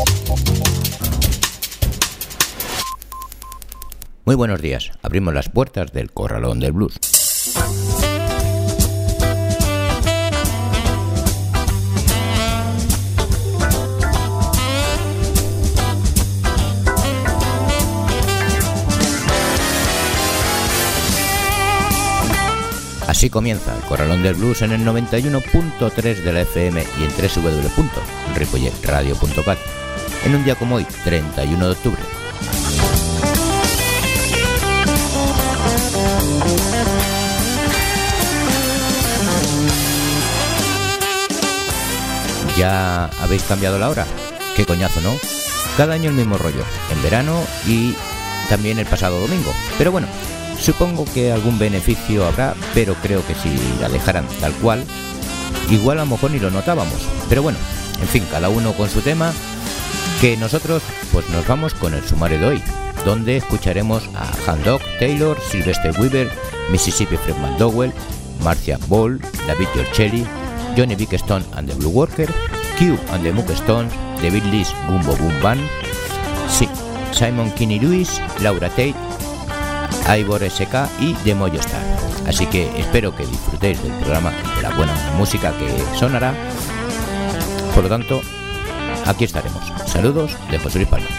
Muy buenos días, abrimos las puertas del Corralón del Blues. Así comienza el Corralón del Blues en el 91.3 de la FM y en www.ripolletradio.cat en un día como hoy, 31 de octubre. ¿Ya habéis cambiado la hora? Qué coñazo, ¿no? Cada año el mismo rollo, en verano y también el pasado domingo. Pero bueno, supongo que algún beneficio habrá, pero creo que si la dejaran tal cual, igual a lo mejor ni lo notábamos. Pero bueno, en fin, cada uno con su tema, que nosotros pues nos vamos con el sumario de hoy, donde escucharemos a Hound Dog Taylor, Sylvester Weaver, Mississippi Fred McDowell, Marcia Ball, David Giorcelli, Johnny Bickstone and the Blue Worker, Q and the Mookstones, David Lee's Gumbo Boom Band, Simon Kinney Lewis, Laura Tate, Ivor S.K. y The Mojo Star. Así que espero que disfrutéis del programa, de la buena música que sonará. Por lo tanto, aquí estaremos. Saludos de José Luis Palma.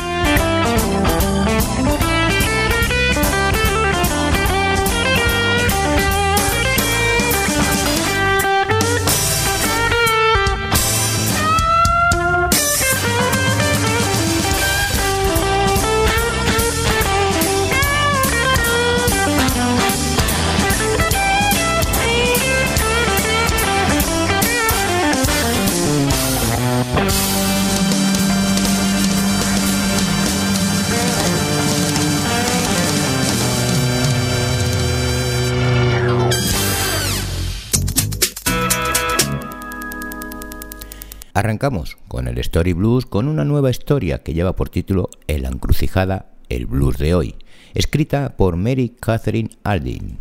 Arrancamos con el Story Blues con una nueva historia que lleva por título En la encrucijada, el blues de hoy, escrita por Mary Catherine Aldin.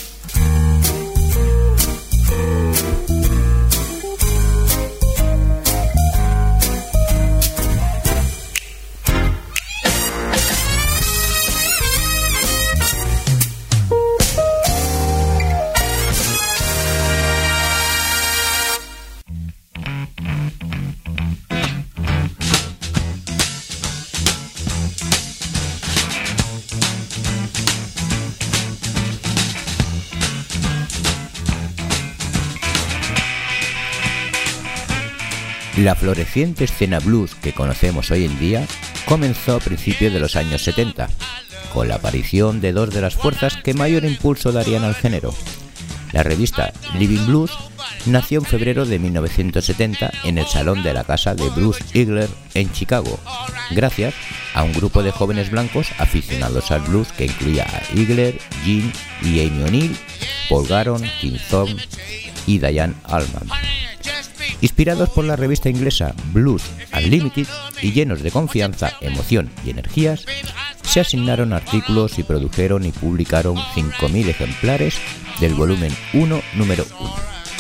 La floreciente escena blues que conocemos hoy en día comenzó a principios de los años 70, con la aparición de dos de las fuerzas que mayor impulso darían al género. La revista Living Blues nació en febrero de 1970 en el salón de la casa de Blues Eagler en Chicago, gracias a un grupo de jóvenes blancos aficionados al blues que incluía a Eagler, Gene y Amy O'Neill, Paul Garon, Kim Thorne y Diane Allman. Inspirados por la revista inglesa Blues Unlimited y llenos de confianza, emoción y energías, se asignaron artículos y produjeron y publicaron 5.000 ejemplares del volumen 1, número 1.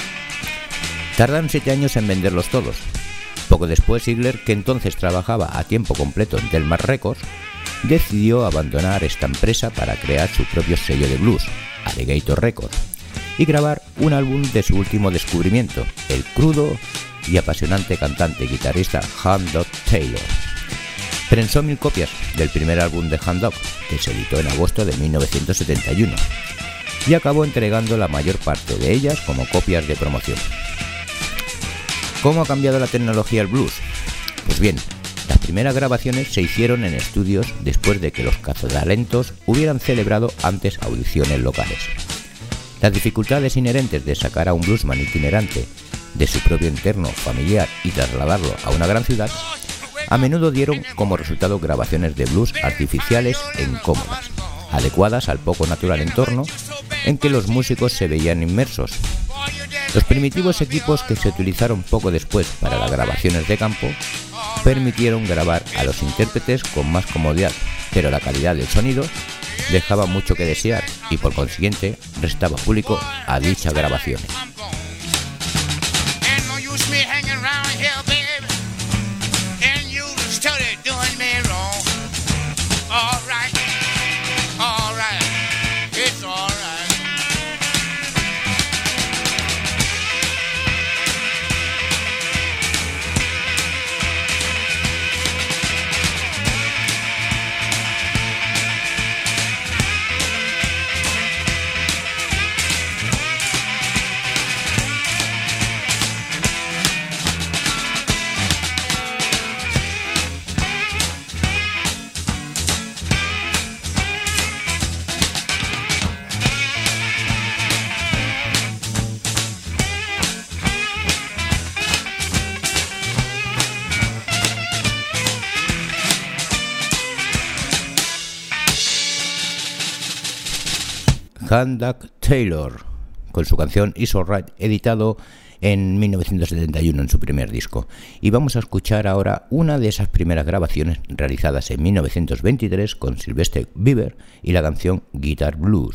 Tardaron 7 años en venderlos todos. Poco después, Ziegler, que entonces trabajaba a tiempo completo en Delmar Records, decidió abandonar esta empresa para crear su propio sello de blues, Alligator Records, y grabar un álbum de su último descubrimiento, el crudo y apasionante cantante y guitarrista Hound Dog Taylor. Prensó 1000 copias del primer álbum de Hound Dog, que se editó en agosto de 1971, y acabó entregando la mayor parte de ellas como copias de promoción. ¿Cómo ha cambiado la tecnología el blues? Pues bien, las primeras grabaciones se hicieron en estudios después de que los cazatalentos hubieran celebrado antes audiciones locales. Las dificultades inherentes de sacar a un bluesman itinerante de su propio entorno familiar y trasladarlo a una gran ciudad, a menudo dieron como resultado grabaciones de blues artificiales e incómodas, adecuadas al poco natural entorno en que los músicos se veían inmersos. Los primitivos equipos que se utilizaron poco después para las grabaciones de campo permitieron grabar a los intérpretes con más comodidad, pero la calidad del sonido dejaba mucho que desear y por consiguiente restaba público a dichas grabaciones. Handak Taylor, con su canción It's Alright, editado en 1971 en su primer disco. Y vamos a escuchar ahora una de esas primeras grabaciones realizadas en 1923 con Sylvester Beaver y la canción Guitar Blues.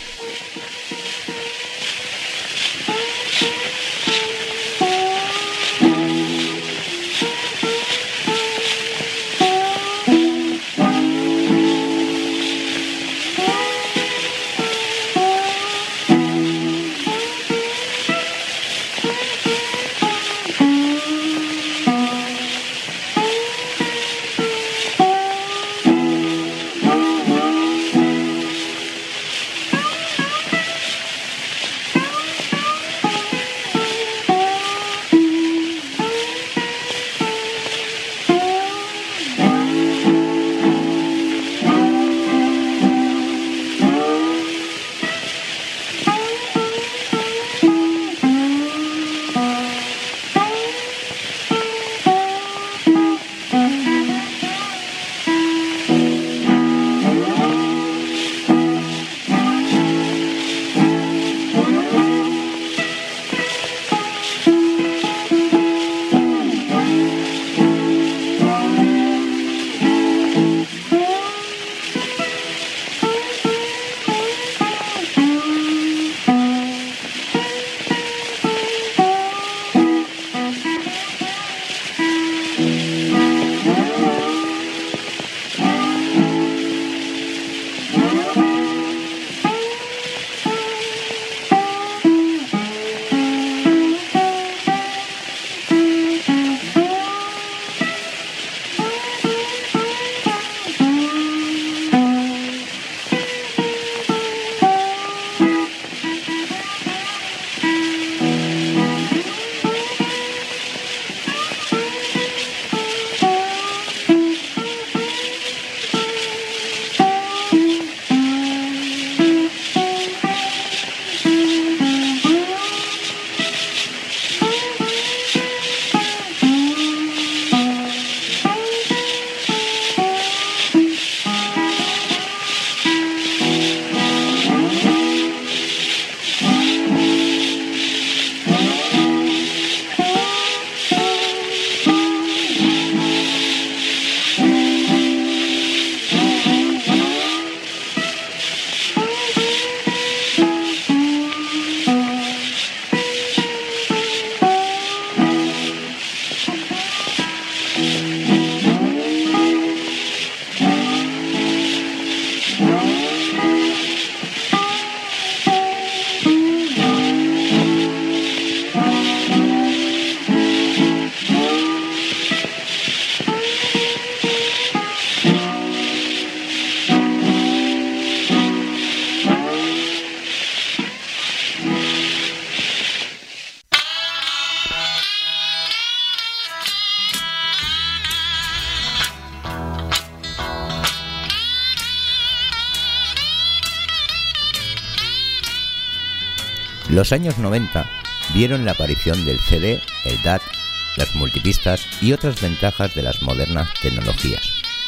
Los años 90 vieron la aparición del CD, el DAT, las multipistas y otras ventajas de las modernas tecnologías.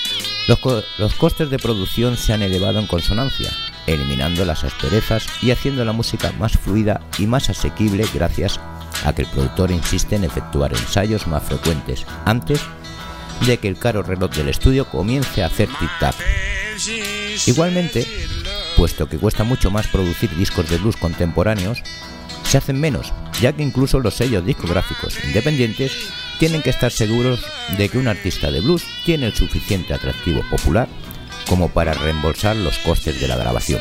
Los costes de producción se han elevado en consonancia, eliminando las asperezas y haciendo la música más fluida y más asequible gracias a que el productor insiste en efectuar ensayos más frecuentes antes de que el caro reloj del estudio comience a hacer tic-tac. Igualmente, puesto que cuesta mucho más producir discos de blues contemporáneos, se hacen menos, ya que incluso los sellos discográficos independientes tienen que estar seguros de que un artista de blues tiene el suficiente atractivo popular como para reembolsar los costes de la grabación.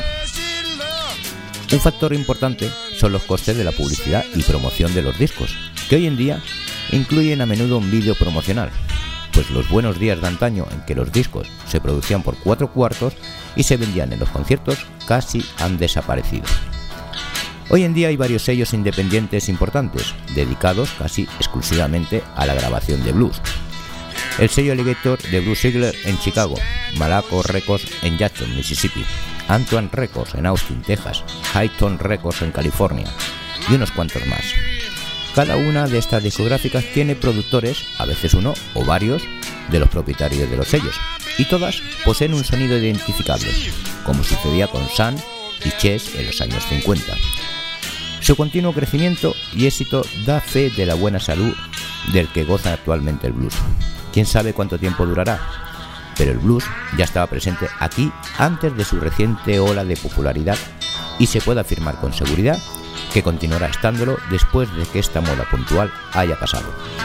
Un factor importante son los costes de la publicidad y promoción de los discos, que hoy en día incluyen a menudo un vídeo promocional, pues los buenos días de antaño en que los discos se producían por 4 cuartos y se vendían en los conciertos casi han desaparecido. Hoy en día hay varios sellos independientes importantes, dedicados casi exclusivamente a la grabación de blues. El sello Alligator de Blues Eagles en Chicago, Malaco Records en Jackson, Mississippi, Antoine Records en Austin, Texas, Highton Records en California y unos cuantos más. Cada una de estas discográficas tiene productores, a veces uno o varios, de los propietarios de los sellos, y todas poseen un sonido identificable, como sucedía con Sun y Chess en los años 50. Su continuo crecimiento y éxito da fe de la buena salud del que goza actualmente el blues. Quién sabe cuánto tiempo durará, pero el blues ya estaba presente aquí antes de su reciente ola de popularidad y se puede afirmar con seguridad que continuará estándolo después de que esta moda puntual haya pasado.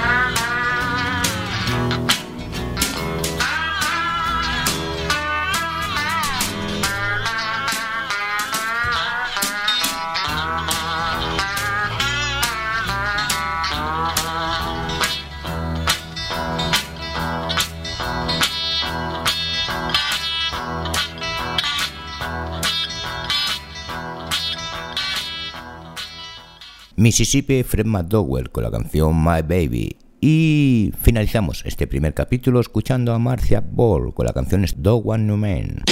Mississippi, Fred McDowell con la canción My Baby. Y finalizamos este primer capítulo escuchando a Marcia Ball con la canción Dog One New Man.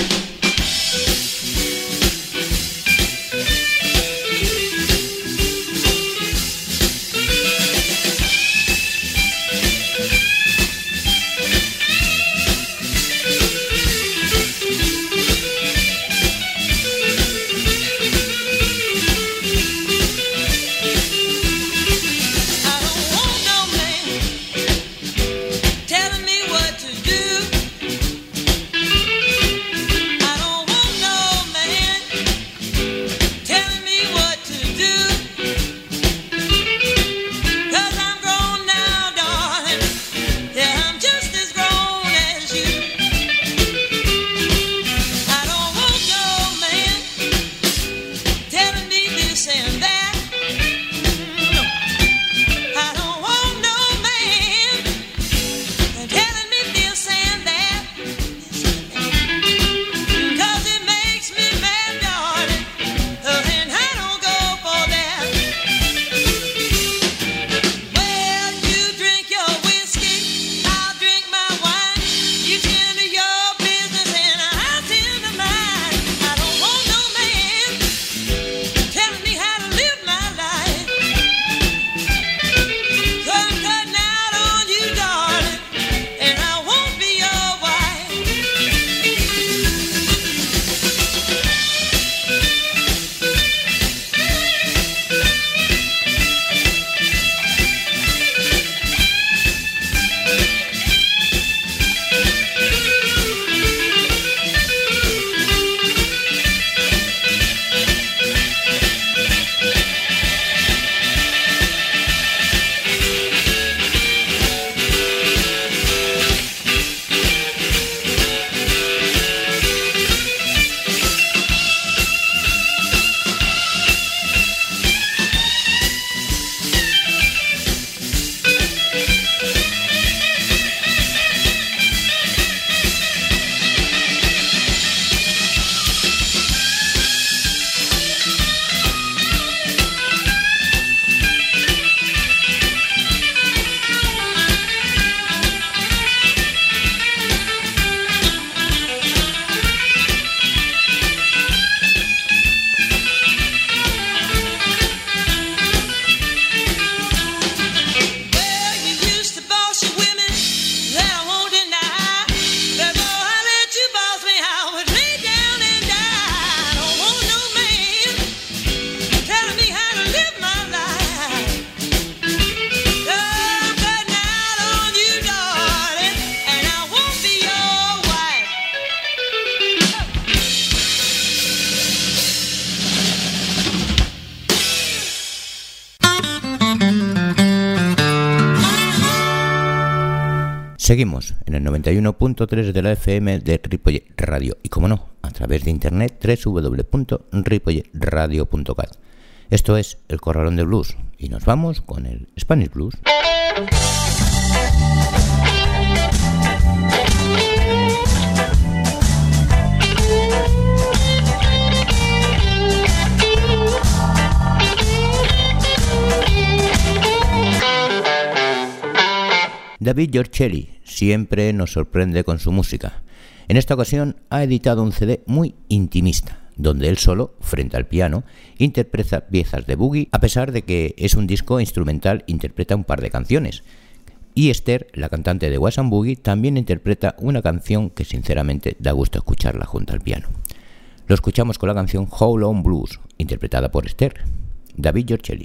Seguimos en el 91.3 de la FM de Ripollet Radio y, como no, a través de internet www.ripolletradio.cat. Esto es El Corralón de Blues y nos vamos con el Spanish Blues. David Giorcelli siempre nos sorprende con su música. En esta ocasión ha editado un CD muy intimista, donde él solo, frente al piano, interpreta piezas de boogie, a pesar de que es un disco instrumental, interpreta un par de canciones. Y Esther, la cantante de Wash and Boogie, también interpreta una canción que sinceramente da gusto escucharla junto al piano. Lo escuchamos con la canción How Long Blues, interpretada por Esther, David Giorcelli.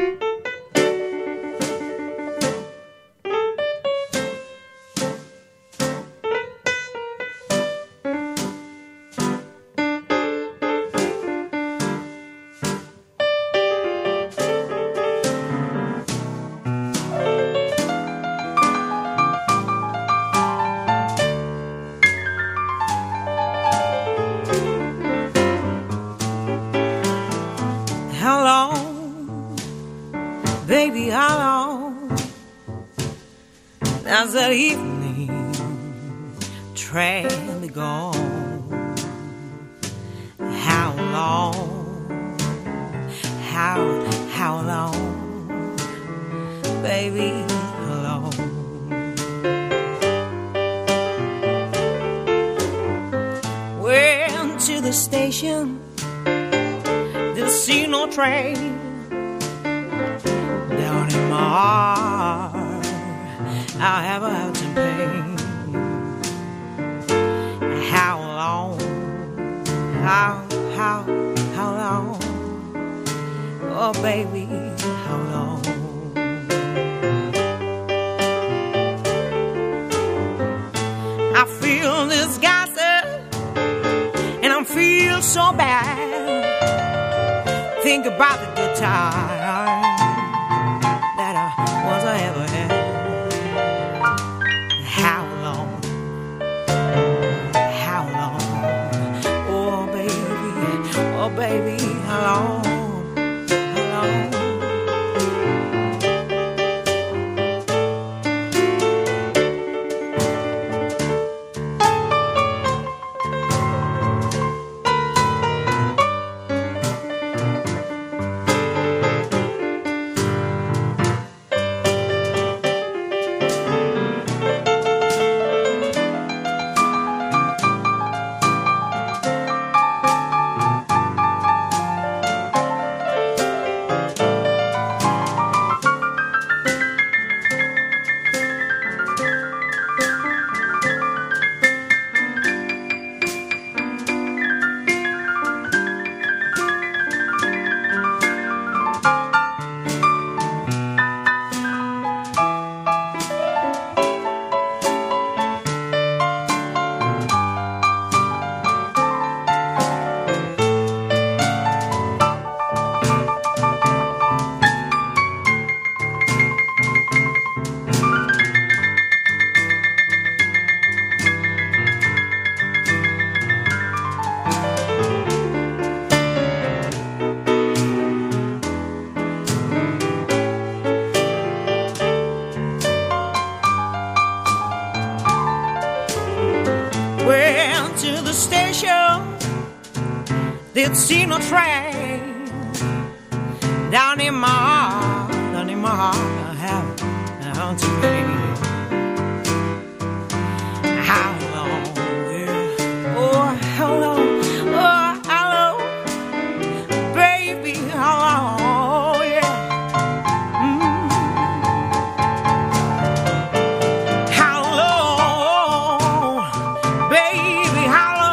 As that evening train be gone, how long, how long, baby, how long? Went to the station, didn't see no train, down in my heart I have had some pain. How long? How long? Oh, baby, how long? I feel disgusted and I feel so bad. Think about the good time that I was ever had. Oh, baby, how long, how long? Didn't see no train down in my heart, I have down to me. How long, yeah. Oh, how long, oh, how long, baby, how long, yeah. How long, baby, how long?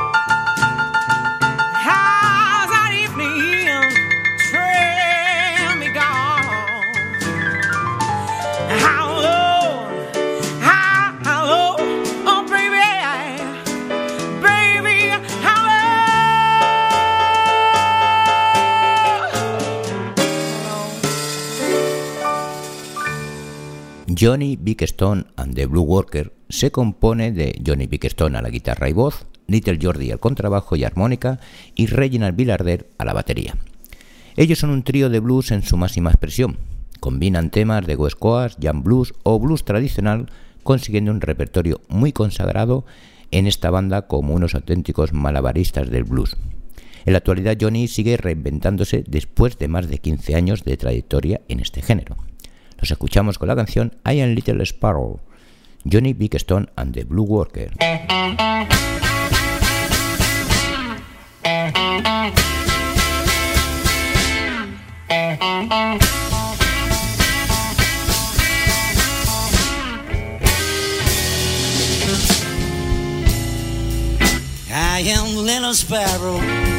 Johnny Bickstone and the Blue Worker se compone de Johnny Bickstone a la guitarra y voz, Little Jordi al contrabajo y armónica y Reginald Villarder a la batería. Ellos son un trío de blues en su máxima expresión. Combinan temas de West Coast, jam blues o blues tradicional, consiguiendo un repertorio muy consagrado en esta banda como unos auténticos malabaristas del blues. En la actualidad Johnny sigue reinventándose después de más de 15 años de trayectoria en este género. Los escuchamos con la canción I Am Little Sparrow, Johnny Bickstone and the Blue Worker. I I am little sparrow.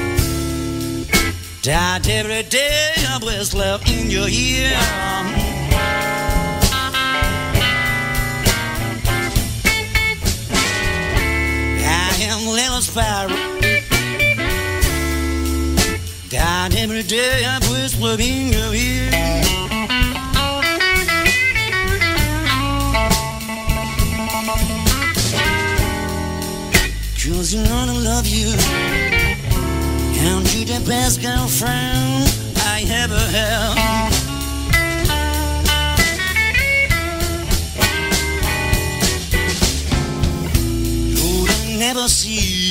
Died every day I was left in your ear. I am little sparrow. Died every day I was left in your ear. Cause you know I love you, and you the best girlfriend I ever had. You will never see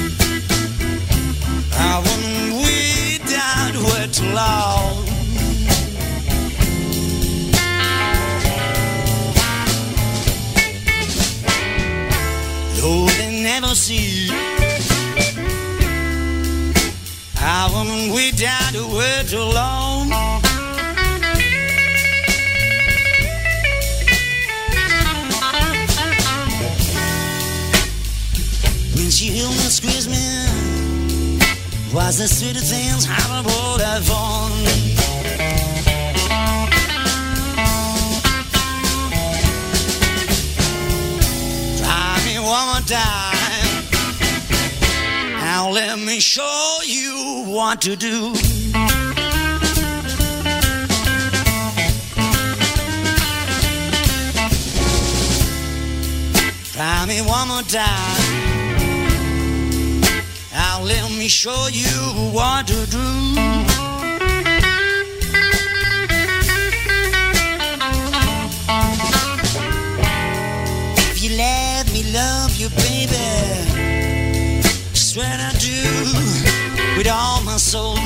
I wouldn't wait that way too long. You will never see I wouldn't wait down the way too long. When she held me, squeezed me, was the sweetest things I would have on. Try me one more time, now let me show you what to do. Try me one more time, now let me show you what to do. If you let me love you, baby, swear I do with all my soul.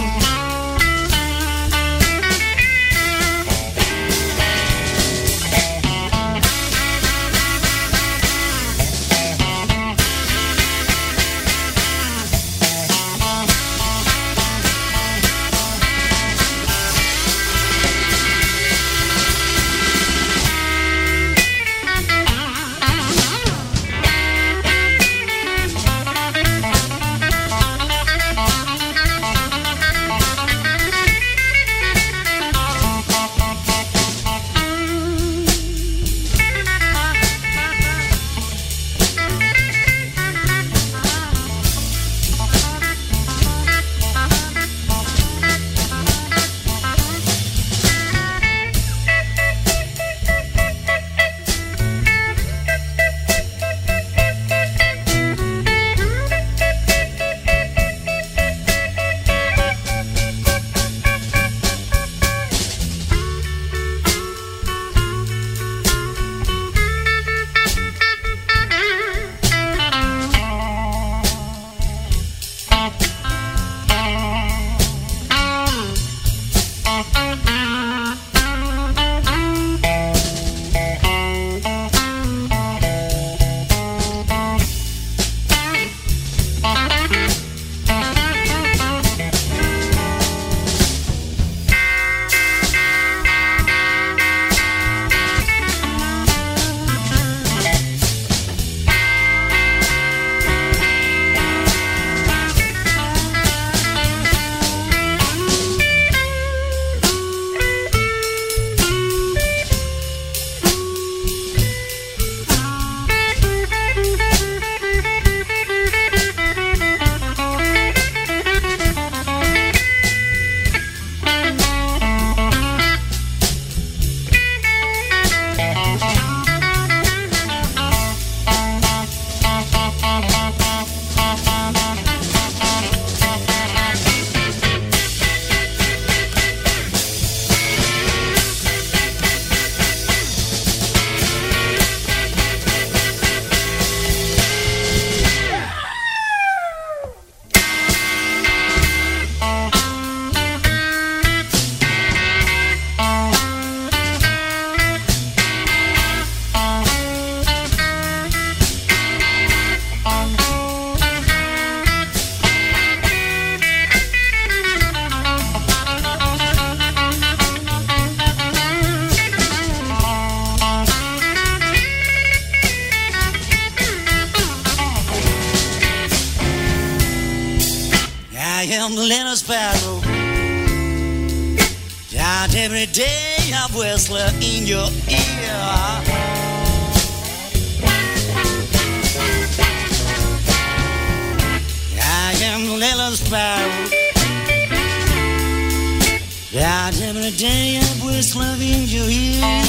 am the little sparrow. Out every day I'm whistling in your ear. I am the little sparrow. Out every day I'm whistling in your ear.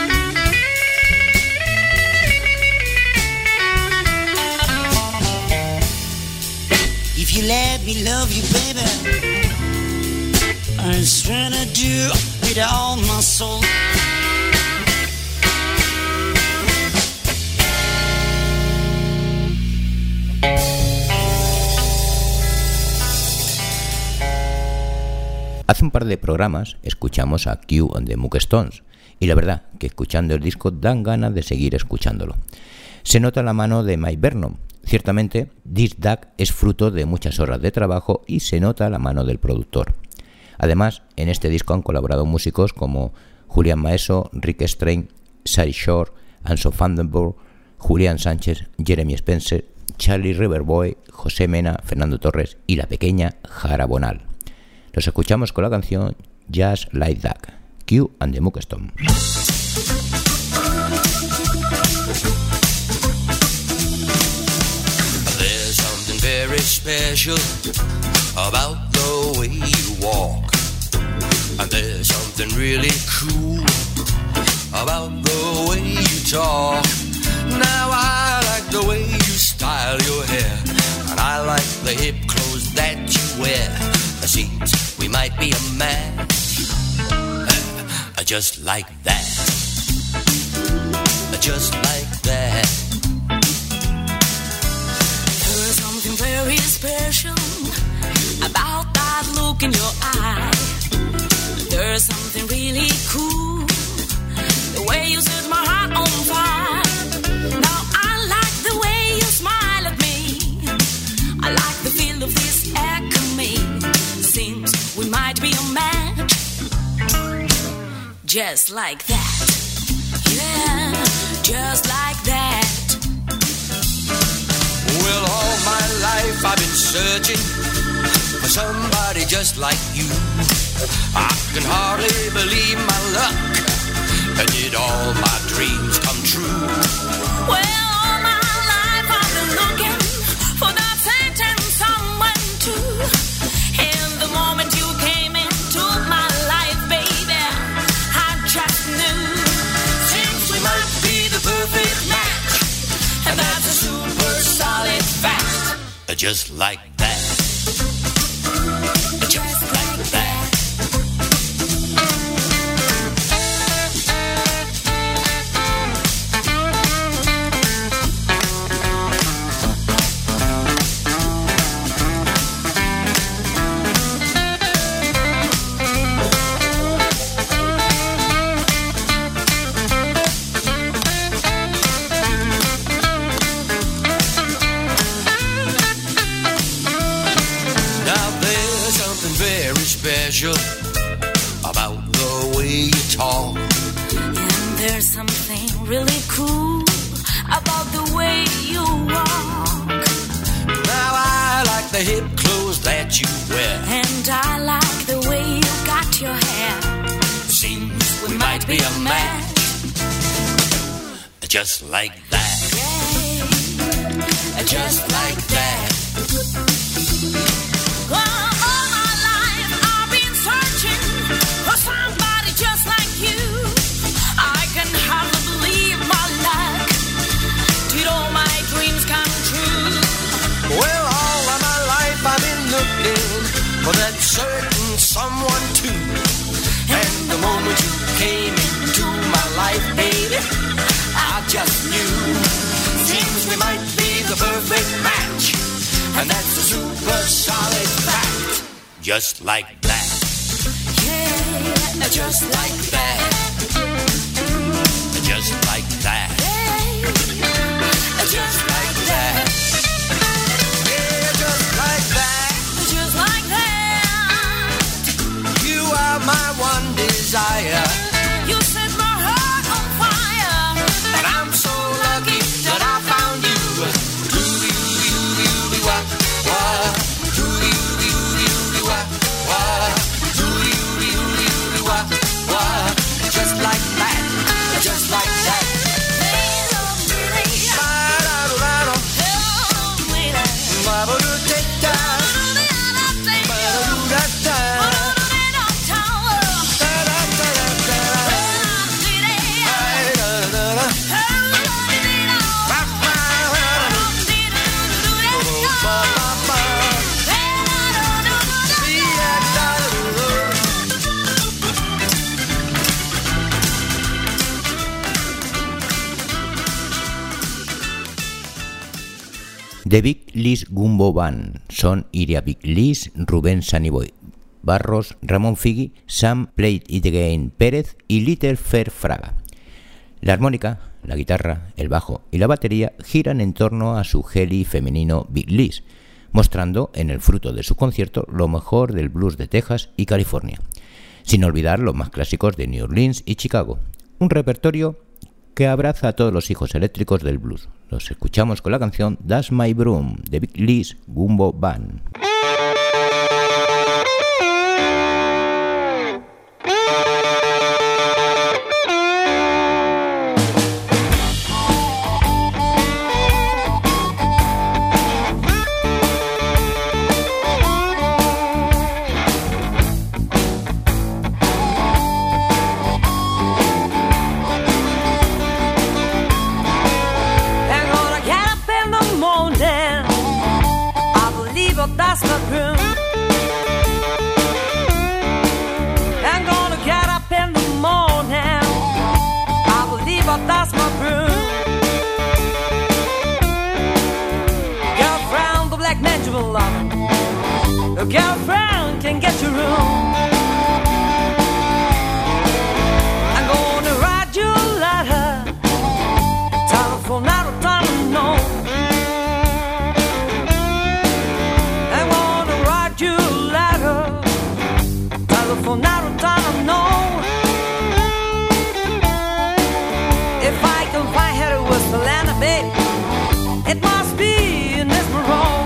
If you let me love you, baby, I swear to do with all my soul. Hace un par de programas escuchamos a Q and the Mook Stones y la verdad que escuchando el disco dan ganas de seguir escuchándolo. Se nota la mano de Mike Vernon. Ciertamente, This Duck es fruto de muchas horas de trabajo y se nota la mano del productor. Además, en este disco han colaborado músicos como Julian Maeso, Rick Strain, Sari Shore, Anson Vandenborg, Julián Sánchez, Jeremy Spencer, Charlie Riverboy, José Mena, Fernando Torres y la pequeña Jara Bonal. Los escuchamos con la canción Just Like That, Q and the Mook Stones. There's something very special about the way you walk, and there's something really cool about the way you talk. Now I like the way you style your hair, and I like the hip clothes that you wear. It seems we might be a match, just like that, just like that. There's something very special about that look in your eye. There's something really cool, the way you set my heart on fire. Now I like the way you smile at me, I like the feel of this air coming. Seems we might be a match, just like that. Yeah, just like that. Well, all my life I've been searching for somebody just like you. I can hardly believe my luck. Did all my dreams come true? Well, all my life I've been looking for that certain someone too. And the moment you came into my life, baby, I just knew. Seems we might be the perfect match, and that's a super solid fact. Just like that. Just like that. Special about the way you talk, and there's something really cool about the way you walk. Now I like the hip clothes that you wear, And I like the way you got your hair. Seems we might be a match, just like that. Yeah, just like that. Well, all my life I've been searching for somebody just like you. I can hardly believe my luck. Did all my dreams come true? Well, all of my life I've been looking for that certain someone too. And the moment you came into my life, baby, I just knew. Seems we might be the perfect match, and that's a super solid fact. Just like that. Yeah, Just like that. Just like that. yeah, Just like that. Yeah, just like that. just like that. You are my one desire, You set my heart on fire. and I'm so lucky that I found you. Do you, wah, wah. Do you, The Big Lees Gumbo Band son Iria Big Lees, Rubén Saniboy Barros, Ramón Figui, Sam Play It Again Pérez y Little Fer Fraga. La armónica, la guitarra, el bajo y la batería giran en torno a su geli femenino Big Lees, mostrando en el fruto de su concierto lo mejor del blues de Texas y California, sin olvidar los más clásicos de New Orleans y Chicago. Un repertorio que abraza a todos los hijos eléctricos del blues. Los escuchamos con la canción That's My Broom de Big Lees Gumbo Band. That's my broom. I'm gonna get up in the morning. I believe that's my broom. Girlfriend, the black man you will love. Your girlfriend can get your room. I'm gonna write you a letter. Telephone out of time, no. For now, I know if I can find her to whistle and a baby, it must be in this room.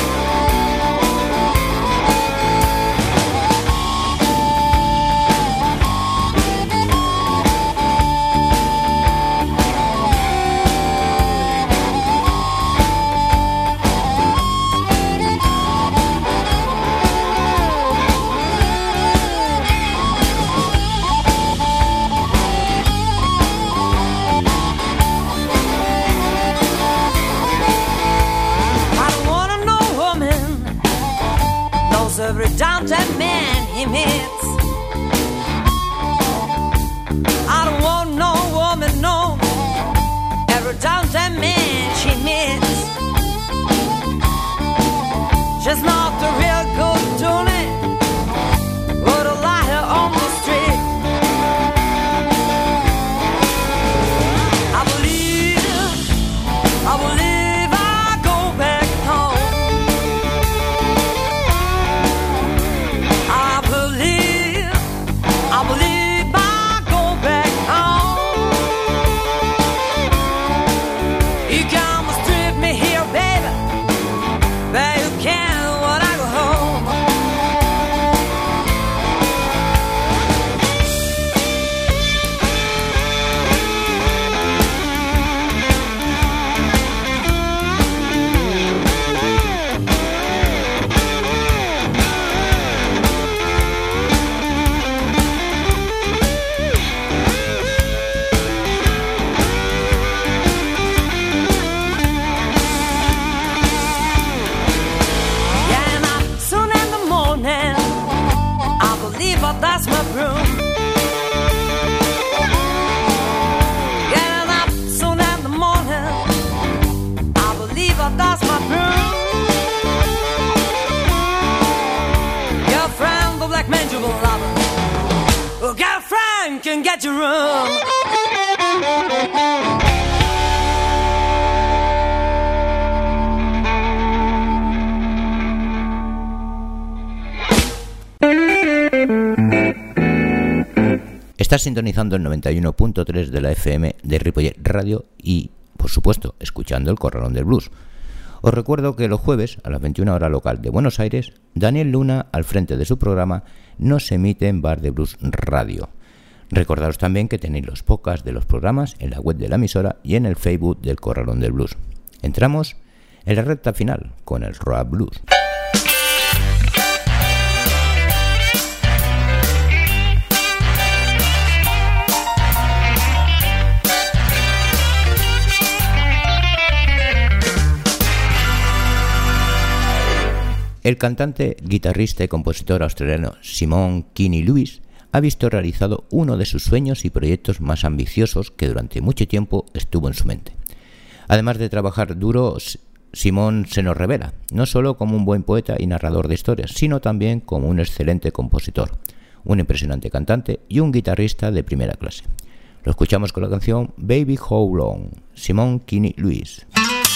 Every downtown man he meets, I don't want no woman, no. Every downtown man she meets, she's not the real good Tony, but a liar on the street. I believe I go back home. I believe I go back home. You come and strip me here, baby, but you can when I go home. That's my broom. Getting up soon in the morning, I believe that's my broom. Girlfriend, the black man you will love her. Oh, girlfriend can get your room. Estás sintonizando el 91.3 de la FM de Ripollet Radio y, por supuesto, escuchando el Corralón del Blues. Os recuerdo que los jueves, a las 21 horas local de Buenos Aires, Daniel Luna, al frente de su programa, nos emite en Bar de Blues Radio. Recordaros también que tenéis los podcasts de los programas en la web de la emisora y en el Facebook del Corralón del Blues. Entramos en la recta final con el Road Blues. El cantante, guitarrista y compositor australiano Simon Kinney Lewis ha visto realizado uno de sus sueños y proyectos más ambiciosos que durante mucho tiempo estuvo en su mente. Además de trabajar duro, Simon se nos revela, no solo como un buen poeta y narrador de historias, sino también como un excelente compositor, un impresionante cantante y un guitarrista de primera clase. Lo escuchamos con la canción Baby How Long, Simon Kinney Lewis.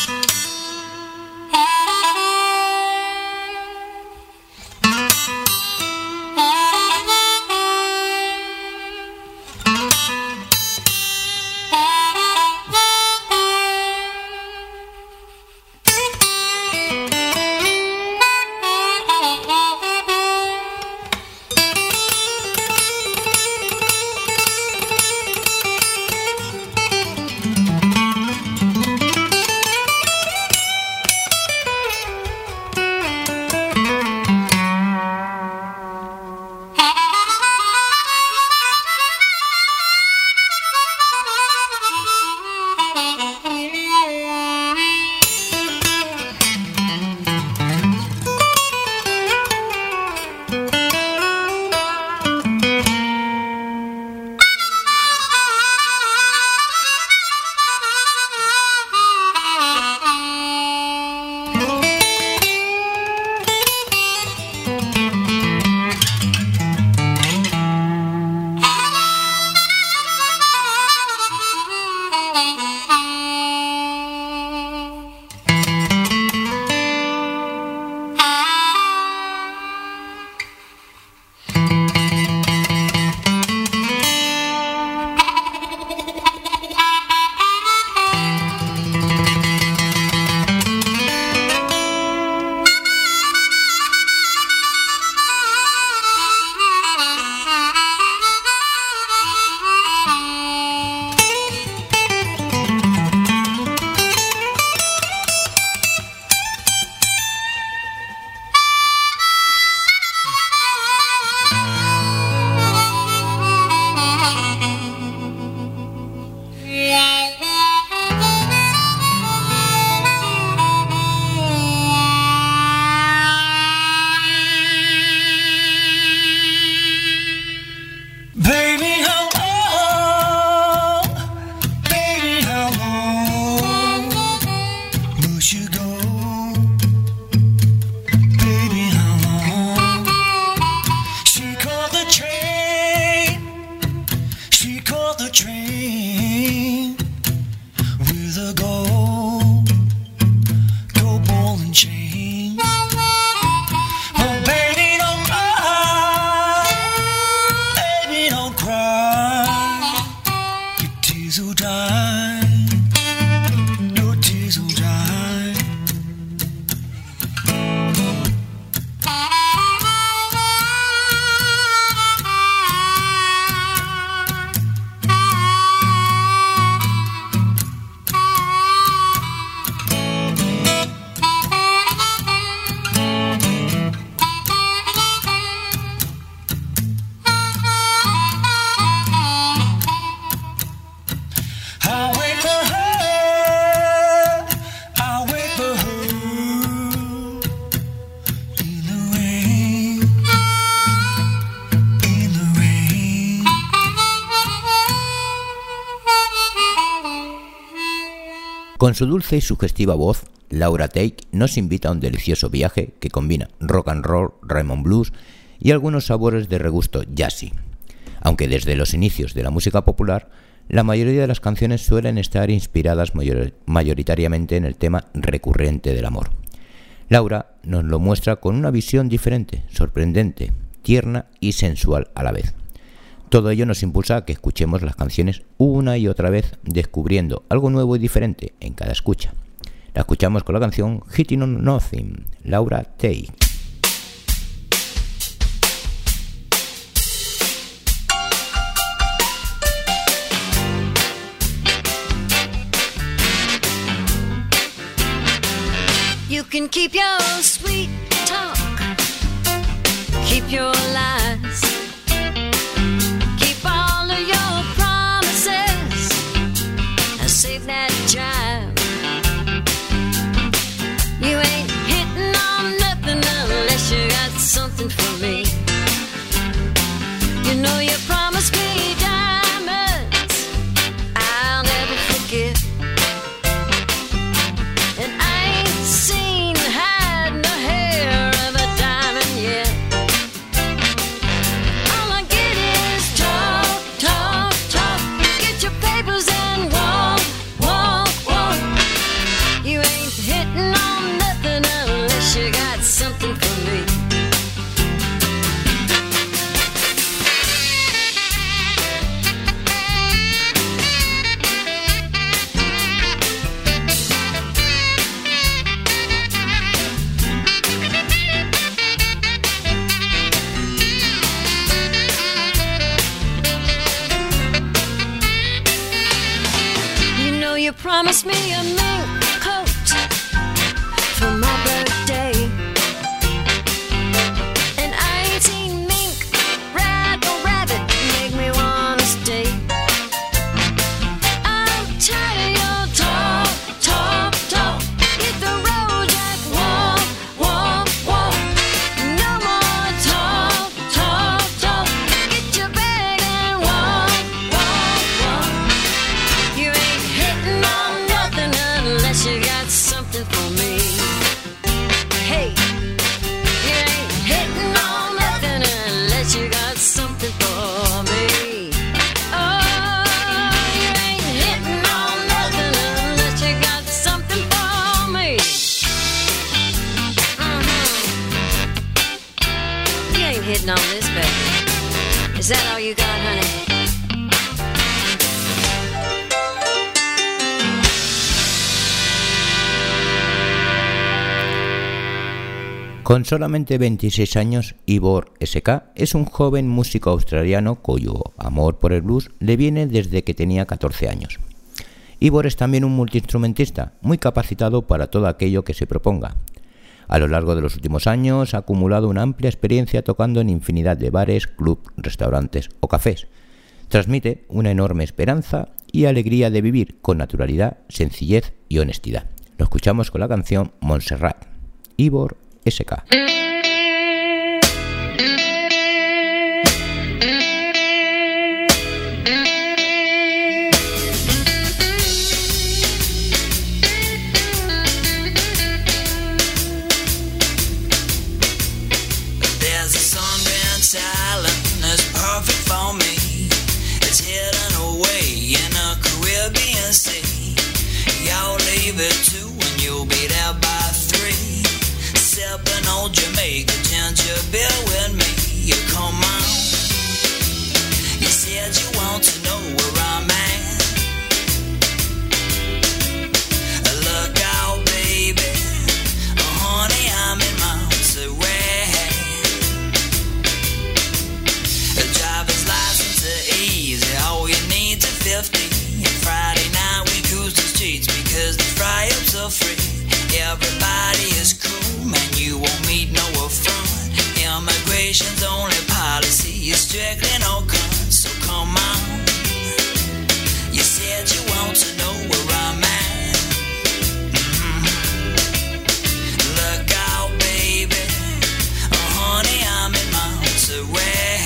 Con su dulce y sugestiva voz, Laura Tate nos invita a un delicioso viaje que combina rock and roll, rhythm and blues y algunos sabores de regusto jazzy. Aunque desde los inicios de la música popular, la mayoría de las canciones suelen estar inspiradas mayoritariamente en el tema recurrente del amor. Laura nos lo muestra con una visión diferente, sorprendente, tierna y sensual a la vez. Todo ello nos impulsa a que escuchemos las canciones una y otra vez, descubriendo algo nuevo y diferente en cada escucha. La escuchamos con la canción Hitting on Nothing, Laura Tate. You can keep your sweet talk, keep your lies, keep all of your promises, and save that jive. You ain't hitting on nothing unless you got something for me. You know you promised me diamonds, I'll never forget. And I ain't promised me a mink coat for my birthday. And I ain't seen mink, rat or rabbit make me wanna stay. I'm tired of your talk, talk, talk. Hit the road, Jack, walk, walk, walk. No more talk, talk, talk. Get your bag and walk, walk, walk. You ain't hitting on nothing unless you got something for me. Hey, you ain't hitting on nothing unless you got something for me. Oh, you ain't hitting on nothing unless you got something for me. You ain't hitting on this, baby. Is that all you got, honey? Con solamente 26 años, Ivor S.K. es un joven músico australiano cuyo amor por el blues le viene desde que tenía 14 años. Ivor es también un multiinstrumentista, muy capacitado para todo aquello que se proponga. A lo largo de los últimos años ha acumulado una amplia experiencia tocando en infinidad de bares, clubs, restaurantes o cafés. Transmite una enorme esperanza y alegría de vivir con naturalidad, sencillez y honestidad. Lo escuchamos con la canción Montserrat. Ivor S.K. There's a Sundance Island that's perfect for me. It's hidden away in a Caribbean sea. Y'all leave at 2 and you'll be there by 3. Sipping old Jamaica ginger beer with me. You come on. You said you want to know where I'm at. Look out, baby. Oh, honey, I'm in Montserrat. A driver's license is easy. All you need's a 50. And Friday night we cruise the streets because the fry-ups are free. Everybody is cool, man, you won't meet no affront. Immigration's only policy is strictly no guns, so come on. You said you want to know where I'm at. Look out, baby. Oh, honey, I'm in Montserrat.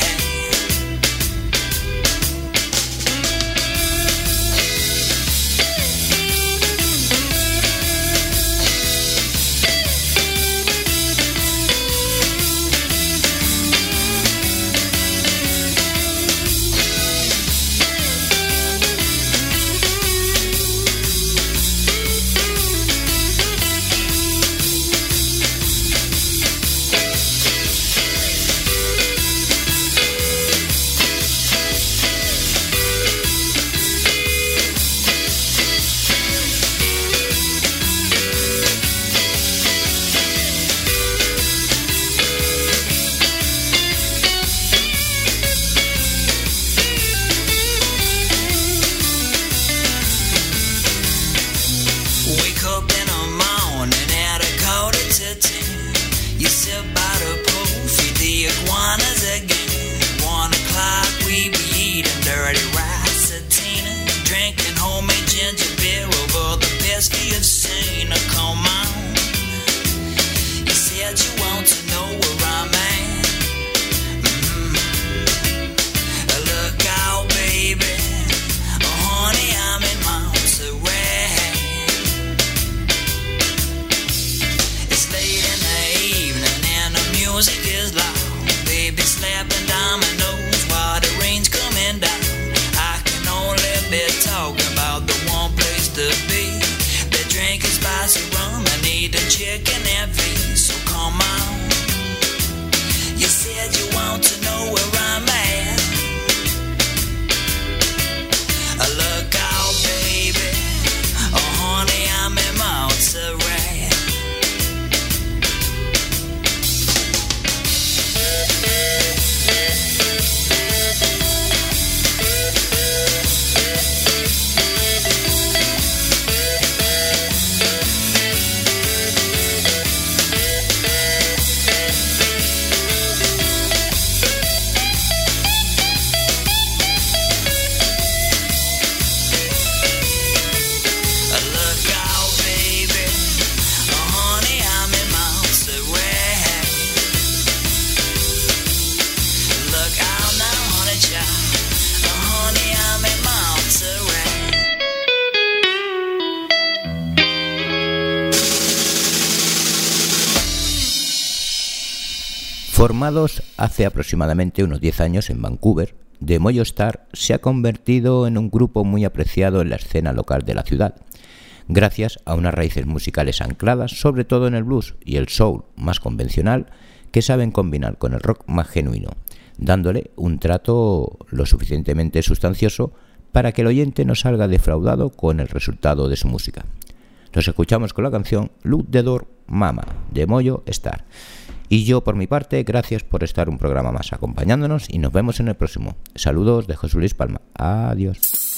Formados hace aproximadamente unos 10 años en Vancouver, The Mojo Star se ha convertido en un grupo muy apreciado en la escena local de la ciudad, gracias a unas raíces musicales ancladas sobre todo en el blues y el soul más convencional que saben combinar con el rock más genuino, dándole un trato lo suficientemente sustancioso para que el oyente no salga defraudado con el resultado de su música. Los escuchamos con la canción Look the Door Mama de Mojo Star. Y yo por mi parte, gracias por estar un programa más acompañándonos y nos vemos en el próximo. Saludos de José Luis Palma. Adiós.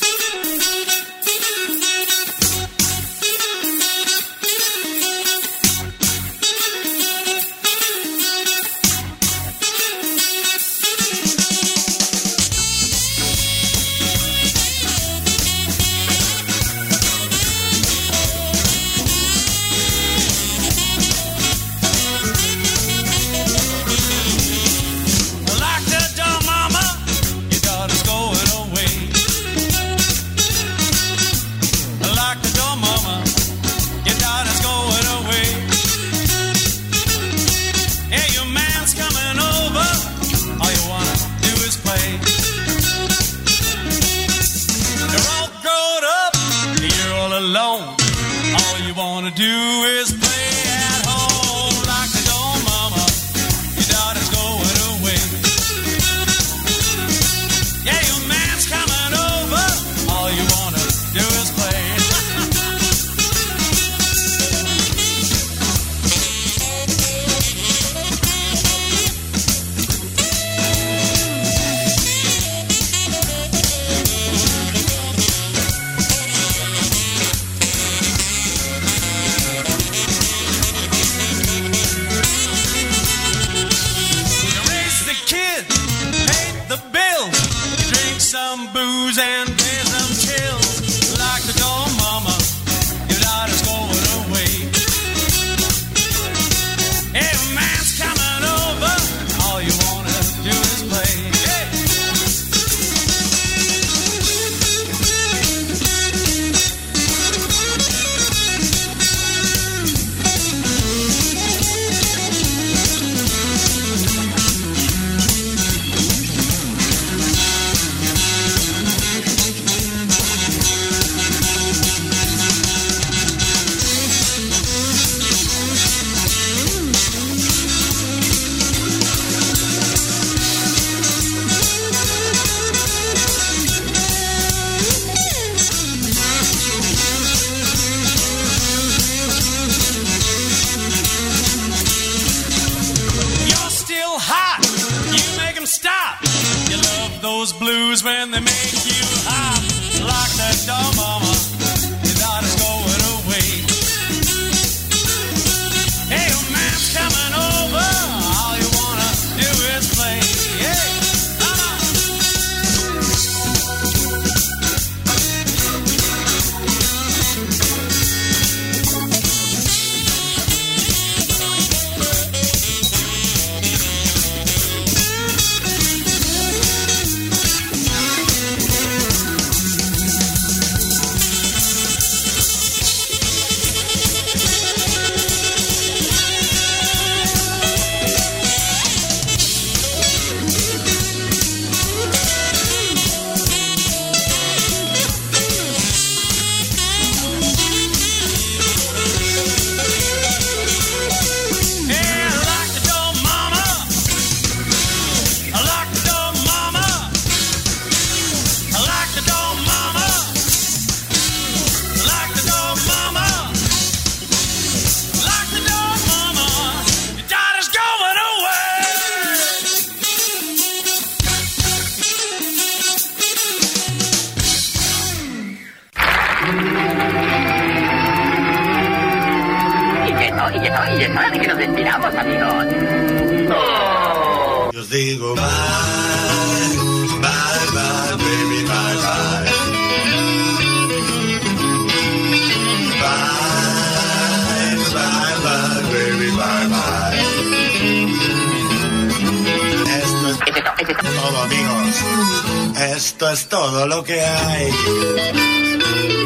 Y es hora de que nos despidamos, amigos. ¡Oh! Yo os digo bye, bye, bye, baby, bye, bye. Bye, bye, bye, baby, bye, bye. Esto es todo, amigos. Esto es todo lo que hay.